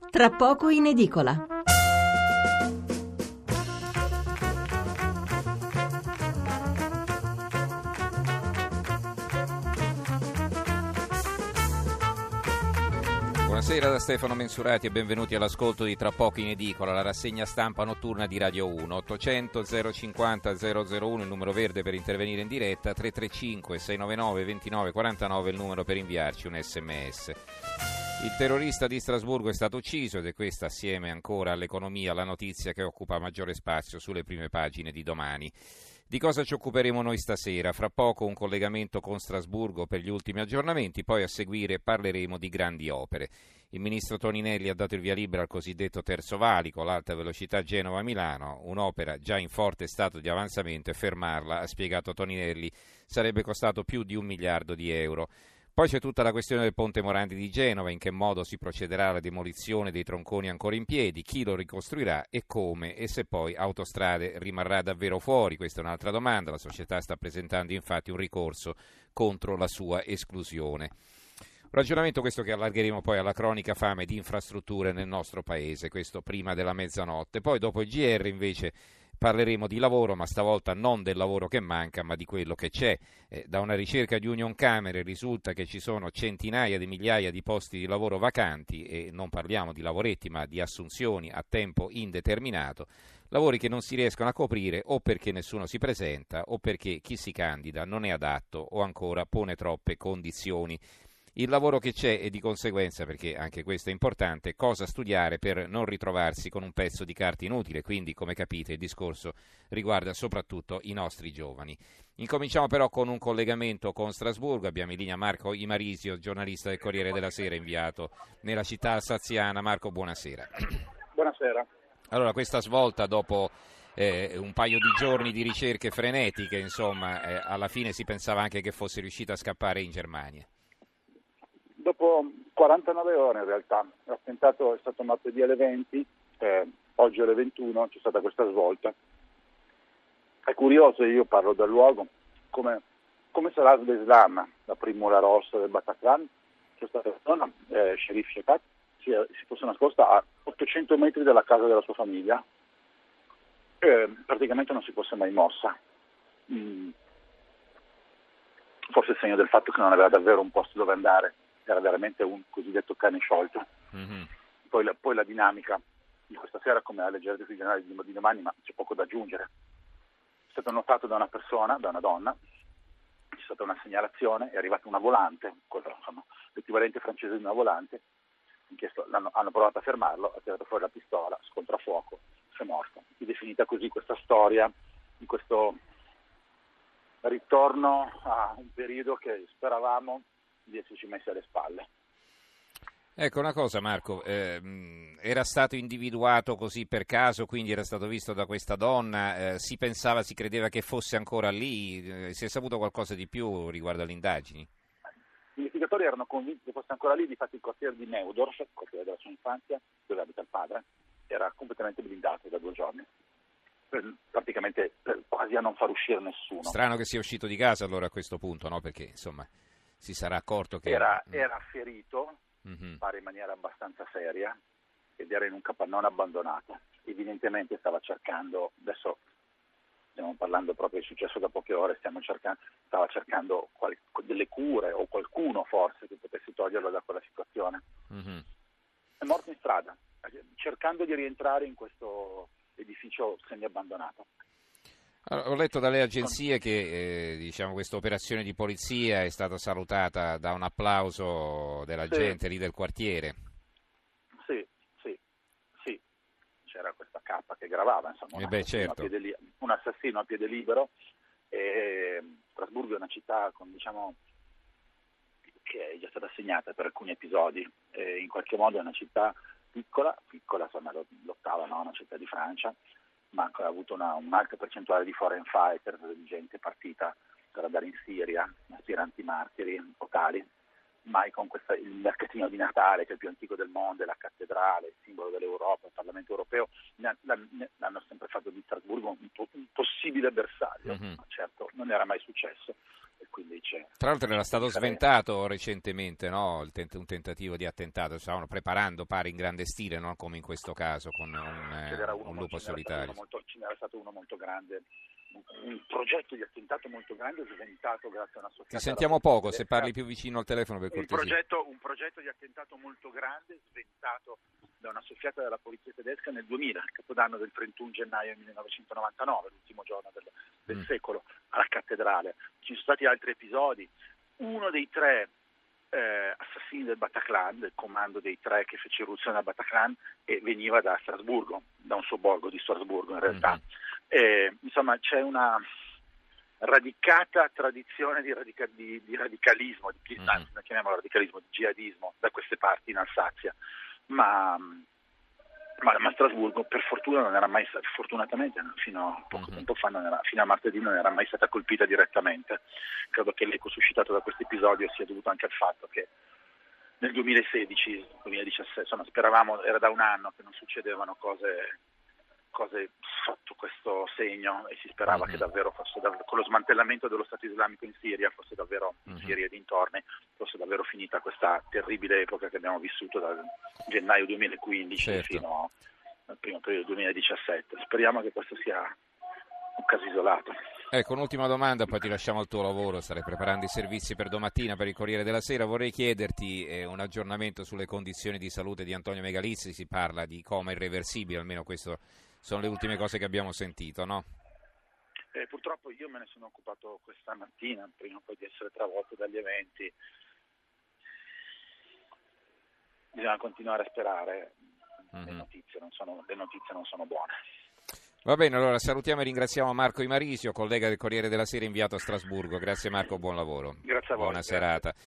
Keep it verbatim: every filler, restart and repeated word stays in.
Tra poco in edicola. Buonasera da Stefano Mensurati e benvenuti all'ascolto di Tra poco in edicola, la rassegna stampa notturna di Radio uno. ottocento zero cinquanta zero zero uno il numero verde per intervenire in diretta, tre tre cinque sei nove nove due nove quattro nove il numero per inviarci un sms. Il terrorista di Strasburgo è stato ucciso ed è questa, assieme ancora all'economia, la notizia che occupa maggiore spazio sulle prime pagine di Domani. Di cosa ci occuperemo noi stasera? Fra poco un collegamento con Strasburgo per gli ultimi aggiornamenti, poi a seguire parleremo di grandi opere. Il ministro Toninelli ha dato il via libera al cosiddetto terzo valico, l'alta velocità Genova-Milano, un'opera già in forte stato di avanzamento e fermarla, ha spiegato Toninelli, sarebbe costato più di un miliardo di euro. Poi c'è tutta la questione del ponte Morandi di Genova, in che modo si procederà alla demolizione dei tronconi ancora in piedi, chi lo ricostruirà e come, e se poi Autostrade rimarrà davvero fuori, questa è un'altra domanda, la società sta presentando infatti un ricorso contro la sua esclusione. Un ragionamento questo che allargheremo poi alla cronica fame di infrastrutture nel nostro paese, questo prima della mezzanotte. Poi dopo il G R invece parleremo di lavoro, ma stavolta non del lavoro che manca, ma di quello che c'è. Eh, da una ricerca di Unioncamere risulta che ci sono centinaia di migliaia di posti di lavoro vacanti, e non parliamo di lavoretti, ma di assunzioni a tempo indeterminato, lavori che non si riescono a coprire o perché nessuno si presenta o perché chi si candida non è adatto o ancora pone troppe condizioni. Il lavoro che c'è e di conseguenza, perché anche questo è importante, cosa studiare per non ritrovarsi con un pezzo di carta inutile, quindi come capite il discorso riguarda soprattutto i nostri giovani. Incominciamo però con un collegamento con Strasburgo, abbiamo in linea Marco Imarisio, giornalista del Corriere della Sera inviato nella città alsaziana. Marco, buonasera. Buonasera. Allora, questa svolta dopo eh, un paio di giorni di ricerche frenetiche, insomma, eh, alla fine si pensava anche che fosse riuscita a scappare in Germania. Dopo quarantanove ore in realtà, l'attentato è stato martedì alle venti, eh, oggi alle ventuno c'è stata questa svolta. È curioso, io parlo del luogo, come, come sarà Beslan, la primula rossa del Bataclan, questa persona, eh, Sherif Shekat, si, è, si fosse nascosta a ottocento metri dalla casa della sua famiglia, eh, praticamente non si fosse mai mossa. Mm. Forse il segno del fatto che non aveva davvero un posto dove andare, era veramente un cosiddetto cane sciolto. Mm-hmm. Poi, la, poi la dinamica di questa sera, come a leggere sui giornali di, di domani, ma c'è poco da aggiungere. È stato notato da una persona, da una donna, c'è stata una segnalazione, è arrivata una volante, quello, insomma, l'equivalente francese di una volante, chiesto, hanno provato a fermarlo, ha tirato fuori la pistola, scontro a fuoco, si è morto. È definita così questa storia di questo ritorno a un periodo che speravamo di esserci messi alle spalle. Ecco una cosa, Marco, eh, era stato individuato così per caso, quindi era stato visto da questa donna, eh, si pensava, si credeva che fosse ancora lì, eh, si è saputo qualcosa di più riguardo alle indagini? Gli investigatori erano convinti che fosse ancora lì, difatti il quartiere di Neudorf, il quartiere della sua infanzia, dove abita il padre, era completamente blindato da due giorni. Per, praticamente per, quasi a non far uscire nessuno. Strano che sia uscito di casa allora a questo punto, no? Perché insomma si sarà accorto che era, era ferito, mm-hmm. pare in maniera abbastanza seria, ed era in un capannone abbandonato. Evidentemente stava cercando, adesso stiamo parlando proprio, è successo da poche ore, stiamo cercando, stava cercando qual, delle cure o qualcuno forse che potesse toglierlo da quella situazione. Mm-hmm. È morto in strada, cercando di rientrare in questo edificio semi-abbandonato. Allora, ho letto dalle agenzie che eh, diciamo, questa operazione di polizia è stata salutata da un applauso della sì. gente lì del quartiere. Sì, sì, sì. C'era questa cappa che gravava, insomma, un, eh beh, assassino certo. a piede li- un assassino a piede libero. E Strasburgo è una città con, diciamo, che è già stata segnata per alcuni episodi. E in qualche modo è una città piccola, piccola, insomma, l'ottava, no? Una città di Francia, ma ha avuto una, un'alta percentuale di foreign fighter, di gente partita per andare in Siria, aspiranti martiri locali, mai con questa, il mercatino di Natale, che è il più antico del mondo, è la cattedrale, il simbolo dell'Europa, il Parlamento europeo, l'hanno sempre fatto di Strasburgo un, po- un possibile bersaglio, mm-hmm. ma certo non era mai successo. E quindi c'è, Tra l'altro era stato sventato recentemente, no? Il tent- un tentativo di attentato, stavano preparando, pare in grande stile, non come in questo caso, con un, eh, un lupo solitario. Molto, ce n'era stato uno molto grande, un, un progetto di attentato molto grande sventato grazie a una soffiata. Ti sentiamo poco, se parli più vicino al telefono per cortesia. Un progetto, un progetto di attentato molto grande sventato da una soffiata della polizia tedesca nel duemila, il capodanno del trentuno gennaio millenovecentonovantanove, l'ultimo giorno del, del mm. secolo, alla cattedrale. Ci sono stati altri episodi, uno dei tre eh, assassini del Bataclan, del comando dei tre che fece irruzione al Bataclan, e veniva da Strasburgo, da un sobborgo di Strasburgo in realtà. Mm-hmm. E, insomma, c'è una radicata tradizione di, radica- di, di radicalismo, di, mm-hmm. anzi, non chiamiamolo radicalismo, di jihadismo da queste parti in Alsazia, ma, ma, ma Strasburgo per fortuna non era mai stata, fortunatamente fino a poco mm-hmm. tempo fa, non era, fino a martedì non era mai stata colpita direttamente. Credo che l'eco suscitato da questo episodio sia dovuto anche al fatto che nel duemilasedici duemiladiciassette, insomma, speravamo, era da un anno che non succedevano cose cose sotto questo segno, e si sperava mm-hmm. che davvero fosse davvero, con lo smantellamento dello Stato islamico in Siria, fosse davvero in mm-hmm. Siria e dintorni, fosse davvero finita questa terribile epoca che abbiamo vissuto dal gennaio duemilaquindici certo. fino al primo periodo duemiladiciassette. Speriamo che questo sia un caso isolato. Ecco, un'ultima domanda, poi ti lasciamo al tuo lavoro, starei preparando i servizi per domattina per il Corriere della Sera. Vorrei chiederti eh, un aggiornamento sulle condizioni di salute di Antonio Megalizzi. Si parla di coma irreversibile, almeno questo sono le ultime cose che abbiamo sentito, no? Eh, purtroppo io me ne sono occupato questa mattina, prima poi di essere travolto dagli eventi. Bisogna continuare a sperare, mm-hmm. le notizie non sono, le notizie non sono buone. Va bene, allora salutiamo e ringraziamo Marco Imarisio, collega del Corriere della Sera inviato a Strasburgo. Grazie Marco, buon lavoro. Grazie a voi. Buona serata.